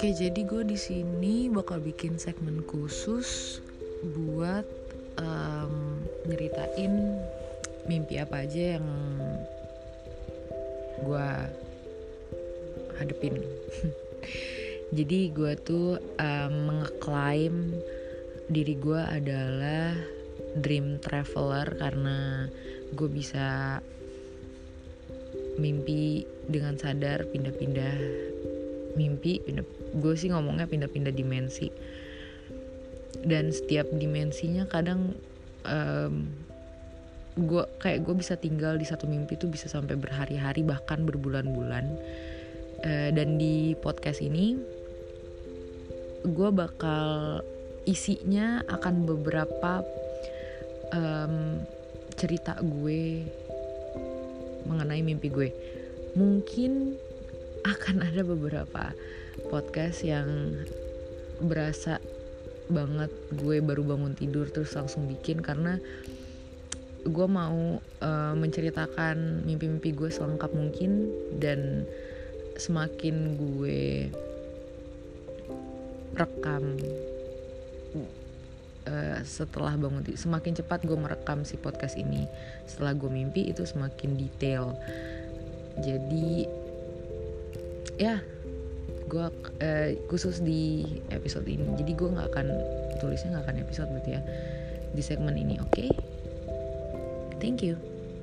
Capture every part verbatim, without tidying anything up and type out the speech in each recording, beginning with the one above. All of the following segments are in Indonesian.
Oke, jadi gue di sini bakal bikin segmen khusus buat um, nyeritain mimpi apa aja yang gue hadepin. Jadi gue tuh um, mengeklaim diri gue adalah dream traveler karena gue bisa mimpi dengan sadar pindah-pindah mimpi, pindah, gue sih ngomongnya pindah-pindah dimensi, dan setiap dimensinya kadang um, gue kayak gue bisa tinggal di satu mimpi tuh bisa sampai berhari-hari bahkan berbulan-bulan. Uh, dan di podcast ini gue bakal isinya akan beberapa um, cerita gue mengenai mimpi gue. Mungkin akan ada beberapa podcast yang berasa banget gue baru bangun tidur terus langsung bikin, karena gue mau uh, menceritakan mimpi-mimpi gue selengkap mungkin. Dan semakin gue rekam uh, setelah bangun tidur, semakin cepat gue merekam si podcast ini setelah gue mimpi, itu semakin detail. Jadi ya gue uh, khusus di episode ini, jadi gue nggak akan tulisnya nggak akan episode berarti ya di segmen ini. Oke, okay? Thank you.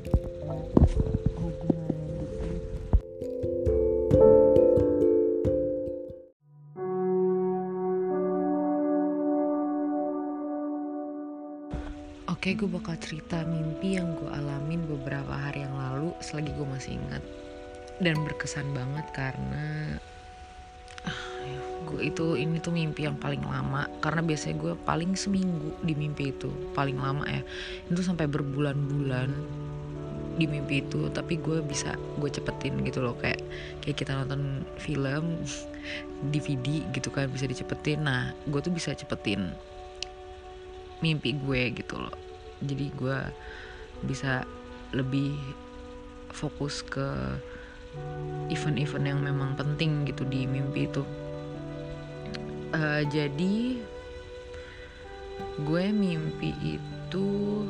Oke, okay, gue bakal cerita mimpi yang gue alamin beberapa hari yang lalu selagi gue masih ingat, dan berkesan banget karena ah, gue itu ini tuh mimpi yang paling lama, karena biasanya gue paling seminggu di mimpi itu, paling lama ya itu sampai berbulan-bulan di mimpi itu, tapi gue bisa gue cepetin gitu loh, kayak kayak kita nonton film D V D gitu kan, bisa dicepetin. Nah gue tuh bisa cepetin mimpi gue gitu loh, jadi gue bisa lebih fokus ke event-event yang memang penting gitu di mimpi itu. Uh, jadi gue mimpi itu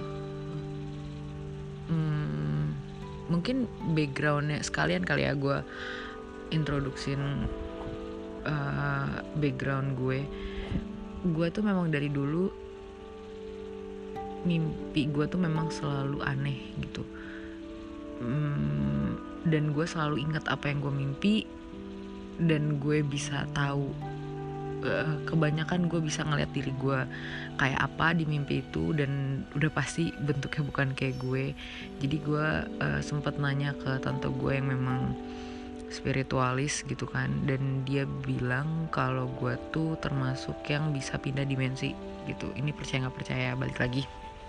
hmm, mungkin backgroundnya sekalian kali ya gue introduksin uh, background gue. Gue tuh memang dari dulu mimpi gue tuh memang selalu aneh gitu. Hmm, dan gue selalu ingat apa yang gue mimpi, dan gue bisa tahu uh, kebanyakan gue bisa ngeliat diri gue kayak apa di mimpi itu, dan udah pasti bentuknya bukan kayak gue. Jadi gue uh, sempat nanya ke tante gue yang memang spiritualis gitu kan, dan dia bilang kalau gue tuh termasuk yang bisa pindah dimensi gitu. Ini percaya nggak percaya balik lagi.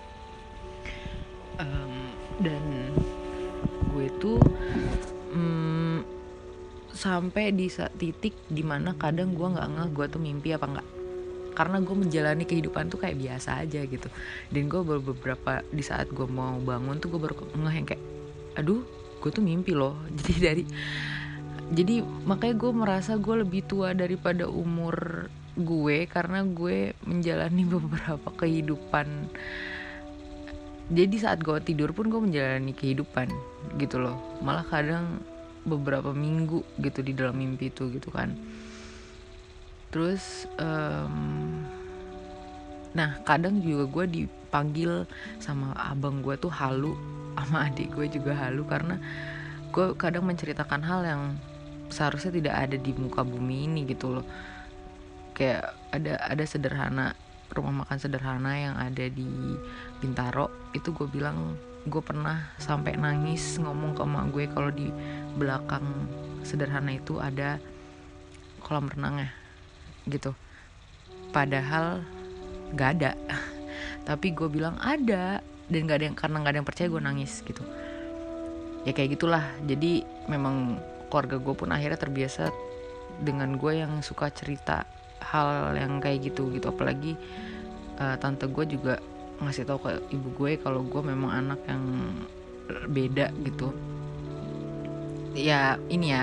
Um, dan gue tuh hmm, sampai di titik dimana kadang gue nggak ngeh gue tuh mimpi apa nggak, karena gue menjalani kehidupan tuh kayak biasa aja gitu. Dan gue baru beberapa di saat gue mau bangun tuh gue baru ngeh yang kayak aduh gue tuh mimpi loh. Jadi dari jadi makanya gue merasa gue lebih tua daripada umur gue, karena gue menjalani beberapa kehidupan. Jadi saat gue tidur pun gue menjalani kehidupan gitu loh. Malah kadang beberapa minggu gitu di dalam mimpi itu gitu kan. Terus um, nah kadang juga gue dipanggil sama abang gue tuh halu, sama adik gue juga halu, karena gue kadang menceritakan hal yang seharusnya tidak ada di muka bumi ini gitu loh. Kayak ada ada sederhana rumah makan sederhana yang ada di Bintaro, itu gue bilang gue pernah sampai nangis ngomong ke emak gue kalau di belakang sederhana itu ada kolam renangnya gitu, padahal nggak ada. Tapi gue bilang ada, dan nggak ada yang, karena nggak ada yang percaya gue nangis gitu. Ya kayak gitulah. Jadi memang keluarga gue pun akhirnya terbiasa dengan gue yang suka cerita hal yang kayak gitu gitu. Apalagi uh, tante gue juga ngasih tahu ke ibu gue kalau gue memang anak yang beda gitu. Ya ini ya,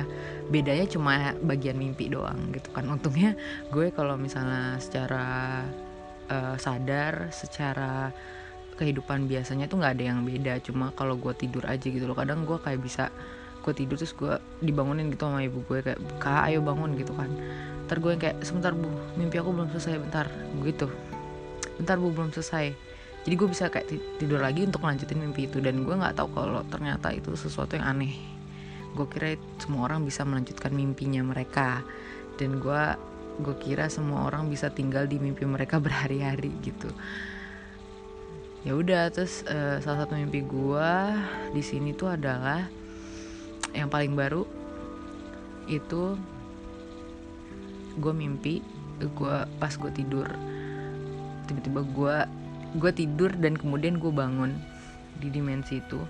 bedanya cuma bagian mimpi doang gitu kan. Untungnya gue kalau misalnya secara uh, sadar, secara kehidupan biasanya tuh nggak ada yang beda, cuma kalau gue tidur aja gitu loh. Kadang gue kayak bisa gue tidur terus gue dibangunin gitu sama ibu gue kayak, kak ayo bangun gitu kan. Ntar gue yang kayak, sebentar bu, mimpi aku belum selesai, bentar gitu, bentar bu belum selesai. Jadi gue bisa kayak tidur lagi untuk lanjutin mimpi itu. Dan gue nggak tahu kalau ternyata itu sesuatu yang aneh. Gue kira semua orang bisa melanjutkan mimpinya mereka, dan gue gue kira semua orang bisa tinggal di mimpi mereka berhari-hari gitu. Ya udah, terus uh, salah satu mimpi gue di sini tuh adalah yang paling baru itu, gue mimpi gue pas gue tidur tiba-tiba gue gue tidur dan kemudian gue bangun di dimensi itu.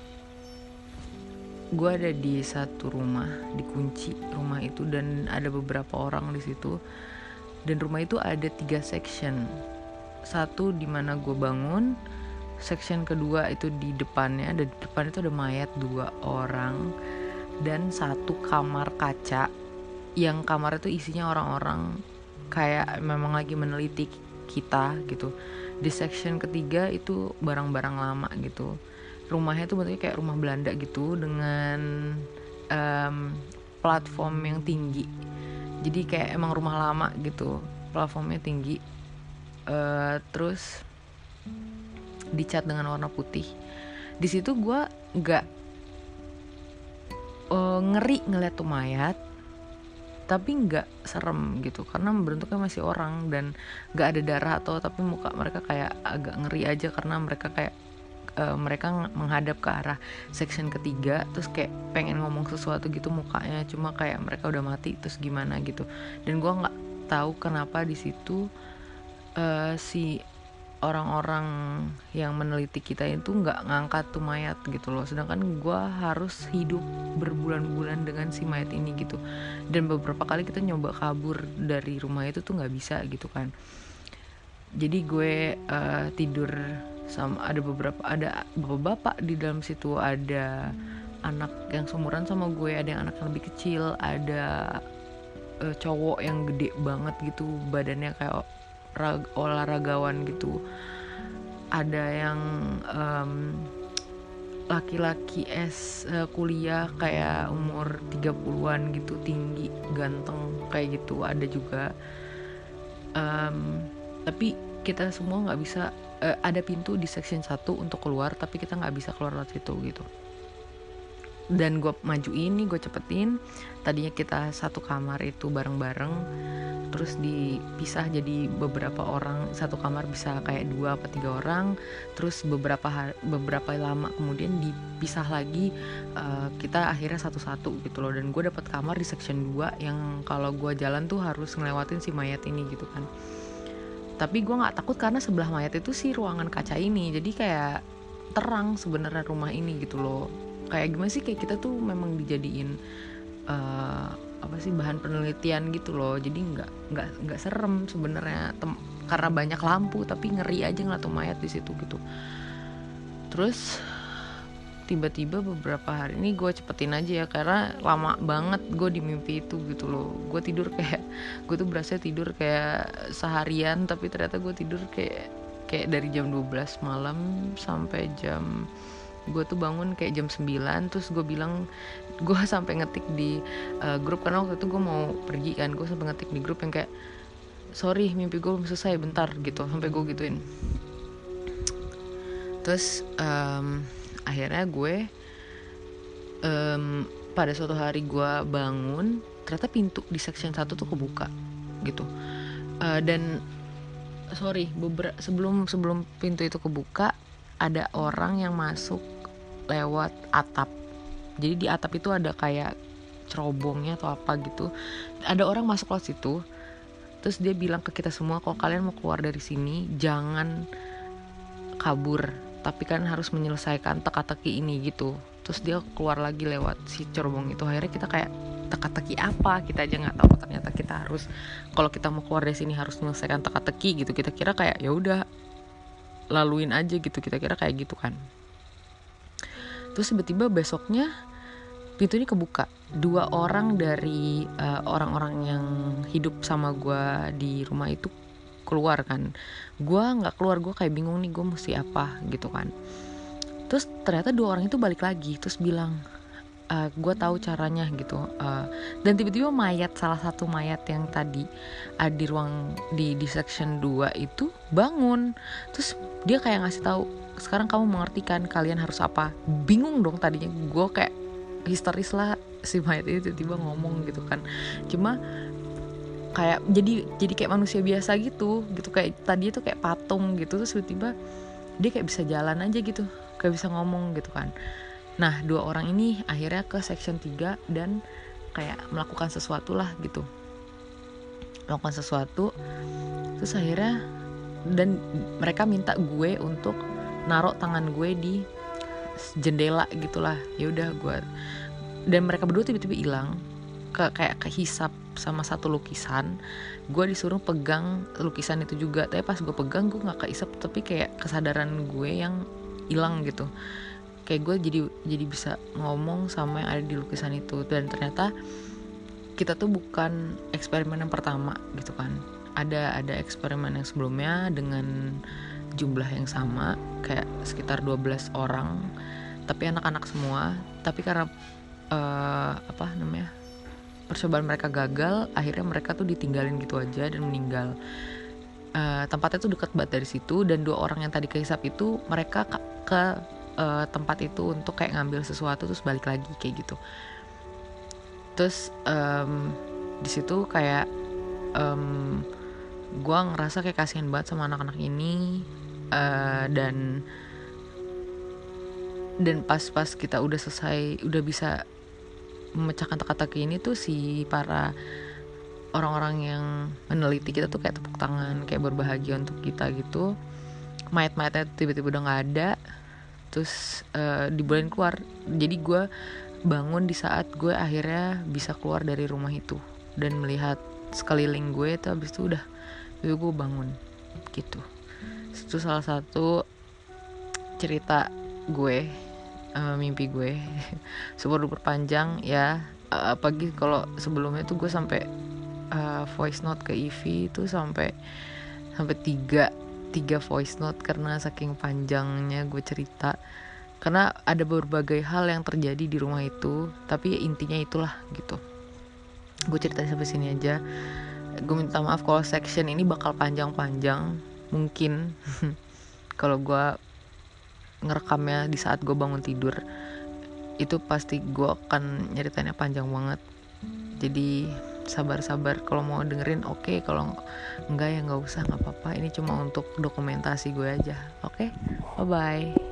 Gue ada di satu rumah, dikunci rumah itu dan ada beberapa orang di situ. Dan rumah itu ada tiga section. Satu di mana gue bangun, section kedua itu di depannya, dan di depan itu ada mayat dua orang, dan satu kamar kaca yang kamar itu isinya orang-orang kayak memang lagi meneliti kita gitu. Di section ketiga itu barang-barang lama gitu. Rumahnya tuh bentuknya kayak rumah Belanda gitu dengan um, platform yang tinggi. Jadi kayak emang rumah lama gitu, platformnya tinggi. Uh, terus dicat dengan warna putih. Di situ gue nggak uh, ngeri ngeliat tuh mayat, tapi nggak serem gitu karena bentuknya masih orang dan nggak ada darah atau, tapi muka mereka kayak agak ngeri aja karena mereka kayak uh, mereka menghadap ke arah section ketiga, terus kayak pengen ngomong sesuatu gitu mukanya, cuma kayak mereka udah mati terus gimana gitu. Dan gue nggak tahu kenapa di situ uh, si orang-orang yang meneliti kita itu nggak ngangkat tuh mayat gitu loh, sedangkan gue harus hidup berbulan-bulan dengan si mayat ini gitu. Dan beberapa kali kita nyoba kabur dari rumah itu tuh nggak bisa gitu kan. Jadi gue uh, tidur sama ada beberapa ada bapak-bapak di dalam situ, ada anak yang seumuran sama gue, ada yang anak yang lebih kecil, ada uh, cowok yang gede banget gitu badannya kayak Rag, olahragawan gitu, ada yang um, laki-laki es uh, kuliah kayak umur tiga puluhan gitu, tinggi ganteng kayak gitu ada juga. Um, tapi kita semua nggak bisa, uh, ada pintu di section satu untuk keluar, tapi kita nggak bisa keluar lewat situ gitu. Dan gue maju ini, gue cepetin. Tadinya kita satu kamar itu bareng-bareng, terus dipisah jadi beberapa orang. Satu kamar bisa kayak dua apa tiga orang. Terus beberapa hari, beberapa lama kemudian dipisah lagi. Uh, kita akhirnya satu-satu gitu loh. Dan gue dapet kamar di section dua yang kalau gue jalan tuh harus ngelewatin si mayat ini gitu kan. Tapi gue nggak takut karena sebelah mayat itu si ruangan kaca ini. Jadi kayak terang sebenarnya rumah ini gitu loh. Kayak gimana sih, kayak kita tuh memang dijadiin uh, apa sih bahan penelitian gitu loh. Jadi nggak nggak nggak serem sebenarnya Tem- karena banyak lampu, tapi ngeri aja ngeliat tuh mayat di situ gitu. Terus tiba-tiba beberapa hari ini gue cepetin aja ya karena lama banget gue di mimpi itu gitu loh. Gue tidur kayak gue tuh berasa tidur kayak seharian, tapi ternyata gue tidur kayak kayak dari jam dua belas malam sampai jam, gue tuh bangun kayak jam sembilan. Terus gue bilang, gue sampai ngetik di uh, grup karena waktu itu gue mau pergi kan, gue sampai ngetik di grup yang kayak, sorry mimpi gue belum selesai, bentar gitu, sampai gue gituin. Terus um, akhirnya gue um, pada suatu hari gue bangun, ternyata pintu di section satu tuh kebuka gitu. Uh, dan sorry beber- sebelum sebelum pintu itu kebuka, ada orang yang masuk lewat atap. Jadi di atap itu ada kayak cerobongnya atau apa gitu. Ada orang masuk lewat situ. Terus dia bilang ke kita semua, kalau kalian mau keluar dari sini jangan kabur, tapi kan harus menyelesaikan teka-teki ini gitu. Terus dia keluar lagi lewat si cerobong itu. Akhirnya kita kayak, teka-teki apa? Kita aja nggak tahu. Ternyata kita harus, kalau kita mau keluar dari sini harus menyelesaikan teka-teki gitu. Kita kira kayak ya udah laluin aja gitu, kita kira kayak gitu kan. Terus tiba-tiba besoknya pintu ini kebuka. Dua orang dari uh, orang-orang yang hidup sama gue di rumah itu keluar kan. Gue nggak keluar, gue kayak bingung nih gue mesti apa gitu kan. Terus ternyata dua orang itu balik lagi, terus bilang, uh, gue tahu caranya gitu. Uh, dan tiba-tiba mayat, salah satu mayat yang tadi ada di ruang di di section dua itu bangun. Terus dia kayak ngasih tahu, sekarang kamu mengerti kan kalian harus apa. Bingung dong tadinya, gue kayak histeris lah, si mayat itu tiba-tiba ngomong gitu kan. Cuma kayak jadi jadi kayak manusia biasa gitu gitu kayak tadi itu kayak patung gitu, terus tiba-tiba dia kayak bisa jalan aja gitu, kayak bisa ngomong gitu kan. Nah, dua orang ini akhirnya ke section tiga dan kayak melakukan sesuatu lah gitu, melakukan sesuatu. Terus akhirnya dan mereka minta gue untuk naruh tangan gue di jendela gitulah. Ya udah gue dan mereka berdua tiba-tiba hilang, ke kayak kehisap sama satu lukisan. Gue disuruh pegang lukisan itu juga, tapi pas gue pegang gue nggak kehisap, tapi kayak kesadaran gue yang hilang gitu. Kayak gue jadi jadi bisa ngomong sama yang ada di lukisan itu. Dan ternyata kita tuh bukan eksperimen yang pertama gitu kan. Ada ada eksperimen yang sebelumnya dengan jumlah yang sama, kayak sekitar dua belas orang, tapi anak-anak semua. Tapi karena uh, apa namanya percobaan mereka gagal, akhirnya mereka tuh ditinggalin gitu aja dan meninggal. Uh, tempatnya tuh dekat banget dari situ, dan dua orang yang tadi kehisap itu mereka ke, ke uh, tempat itu untuk kayak ngambil sesuatu terus balik lagi kayak gitu. Terus um, di situ kayak um, gue ngerasa kayak kasihan banget sama anak-anak ini. Uh, dan dan pas-pas kita udah selesai, udah bisa memecahkan teka-teki ini tuh, si para orang-orang yang meneliti kita tuh kayak tepuk tangan, kayak berbahagia untuk kita gitu. Mayat-mayatnya tiba-tiba udah nggak ada, terus uh, dibolehin keluar. Jadi gue bangun di saat gue akhirnya bisa keluar dari rumah itu dan melihat sekeliling gue. Itu habis itu udah, itu gue bangun gitu. Itu salah satu cerita gue, uh, mimpi gue super duper panjang ya. Uh, apalagi kalau sebelumnya tuh gue sampai uh, voice note ke Ivy itu sampai sampai tiga tiga voice note karena saking panjangnya gue cerita. Karena ada berbagai hal yang terjadi di rumah itu, tapi ya intinya itulah gitu. Gue cerita sampai sini aja. Gue minta maaf kalau section ini bakal panjang-panjang mungkin. Kalau gue ngerekamnya di saat gue bangun tidur, itu pasti gue akan nyeritainnya panjang banget. Jadi sabar-sabar, kalau mau dengerin oke, okay. Kalau enggak ya nggak usah, nggak apa-apa. Ini cuma untuk dokumentasi gue aja. Oke, okay? Bye bye.